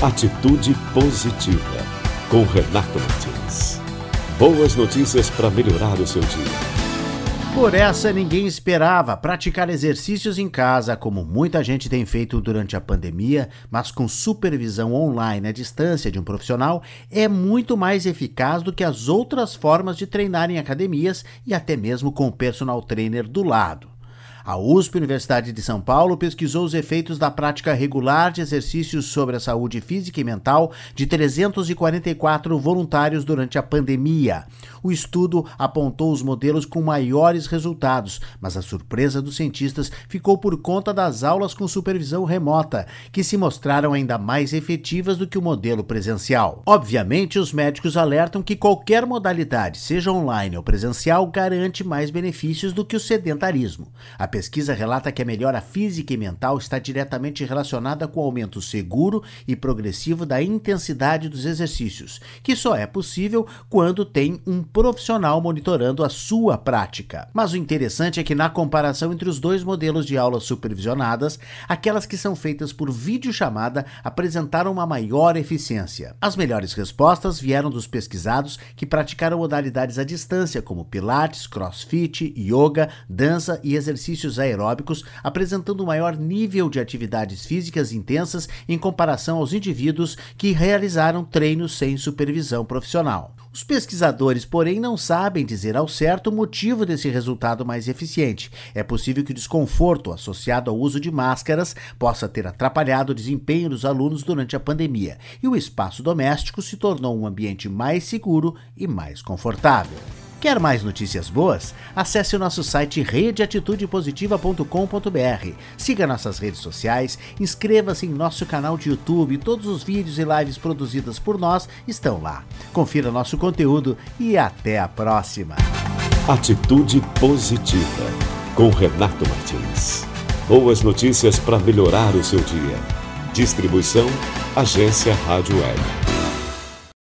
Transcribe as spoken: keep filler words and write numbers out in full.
Atitude Positiva, com Renato Martins. Boas notícias para melhorar o seu dia. Por essa, ninguém esperava praticar exercícios em casa, como muita gente tem feito durante a pandemia, mas com supervisão online à distância de um profissional, é muito mais eficaz do que as outras formas de treinar em academias e até mesmo com o personal trainer do lado. A U S P, Universidade de São Paulo, pesquisou os efeitos da prática regular de exercícios sobre a saúde física e mental de trezentos e quarenta e quatro voluntários durante a pandemia. O estudo apontou os modelos com maiores resultados, mas a surpresa dos cientistas ficou por conta das aulas com supervisão remota, que se mostraram ainda mais efetivas do que o modelo presencial. Obviamente, os médicos alertam que qualquer modalidade, seja online ou presencial, garante mais benefícios do que o sedentarismo. A pesquisa relata que a melhora física e mental está diretamente relacionada com o aumento seguro e progressivo da intensidade dos exercícios, que só é possível quando tem um profissional monitorando a sua prática. Mas o interessante é que, na comparação entre os dois modelos de aulas supervisionadas, aquelas que são feitas por videochamada apresentaram uma maior eficiência. As melhores respostas vieram dos pesquisados que praticaram modalidades à distância, como pilates, crossfit, yoga, dança e exercícios aeróbicos, apresentando um maior nível de atividades físicas intensas em comparação aos indivíduos que realizaram treinos sem supervisão profissional. Os pesquisadores, porém, não sabem dizer ao certo o motivo desse resultado mais eficiente. É possível que o desconforto associado ao uso de máscaras possa ter atrapalhado o desempenho dos alunos durante a pandemia, e o espaço doméstico se tornou um ambiente mais seguro e mais confortável. Quer mais notícias boas? Acesse o nosso site rede atitude positiva ponto com ponto b r. Siga nossas redes sociais, inscreva-se em nosso canal de YouTube, todos os vídeos e lives produzidas por nós estão lá. Confira nosso conteúdo e até a próxima. Atitude Positiva, com Renato Martins. Boas notícias para melhorar o seu dia. Distribuição, Agência Rádio Web.